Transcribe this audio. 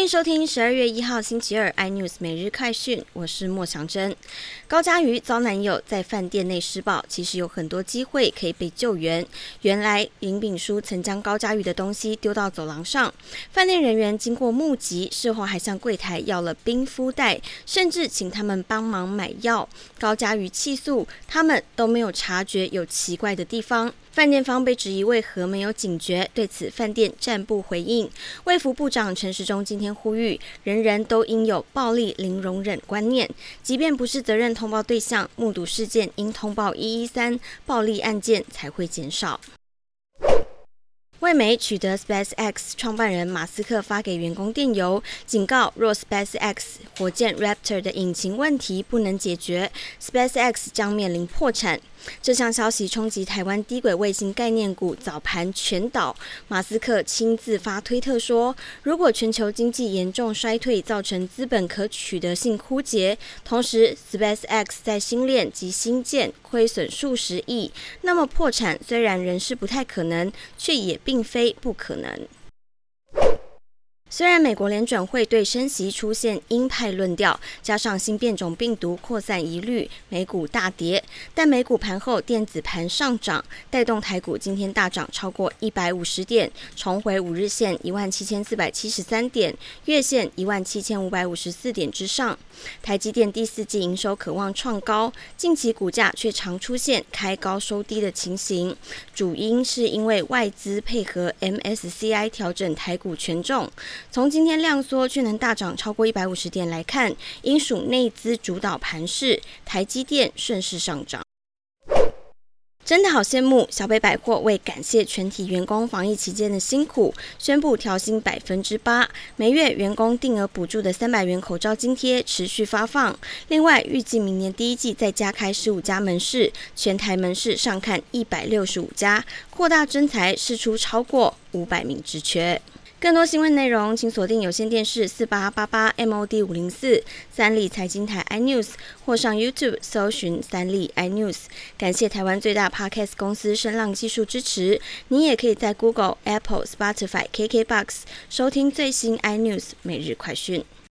欢迎收听12月1号星期二 iNews 每日快讯，我是莫祥珍。高嘉瑜遭男友在饭店内施暴，其实有很多机会可以被救援。原来林炳书曾将高嘉瑜的东西丢到走廊上，饭店人员经过目击，事后还向柜台要了冰敷袋，甚至请他们帮忙买药。高嘉瑜气诉，他们都没有察觉有奇怪的地方。饭店方被质疑为何没有警觉，对此饭店暂不回应。卫福部长陈时中今天呼吁，人人都应有暴力零容忍观念，即便不是责任通报对象，目睹事件应通报113，暴力案件才会减少。外媒取得 SpaceX 创办人马斯克发给员工电邮，警告若 SpaceX 火箭 Raptor 的引擎问题不能解决， SpaceX 将面临破产。这项消息冲击台湾低轨卫星概念股早盘全倒，马斯克亲自发推特说，如果全球经济严重衰退，造成资本可取得性枯竭，同时 SpaceX 在星链及星舰亏损数十亿，那么破产虽然仍是不太可能，却也并非不可能。虽然美国联准会对升息出现鹰派论调，加上新变种病毒扩散疑虑，美股大跌，但美股盘后电子盘上涨，带动台股今天大涨超过150点，重回5日线17473点，月线17554点之上。台积电第4季营收可望创高，近期股价却常出现开高收低的情形，主因是因为外资配合 MSCI 调整台股权重。从今天量缩却能大涨超过150点来看，应属内资主导盘势，台积电顺势上涨。真的好羡慕，小北百货为感谢全体员工防疫期间的辛苦，宣布调薪8%，每月员工定额补助的300元口罩津贴持续发放。另外，预计明年第一季再加开15家门市，全台门市上看165家，扩大征才，释出超过500名职缺。更多新闻内容，请锁定有线电视4888 MOD 504三立财经台 iNews， 或上 YouTube 搜寻三立 iNews。感谢台湾最大 Podcast 公司声浪技术支持。你也可以在 Google、Apple、Spotify、KKBox 收听最新 iNews 每日快讯。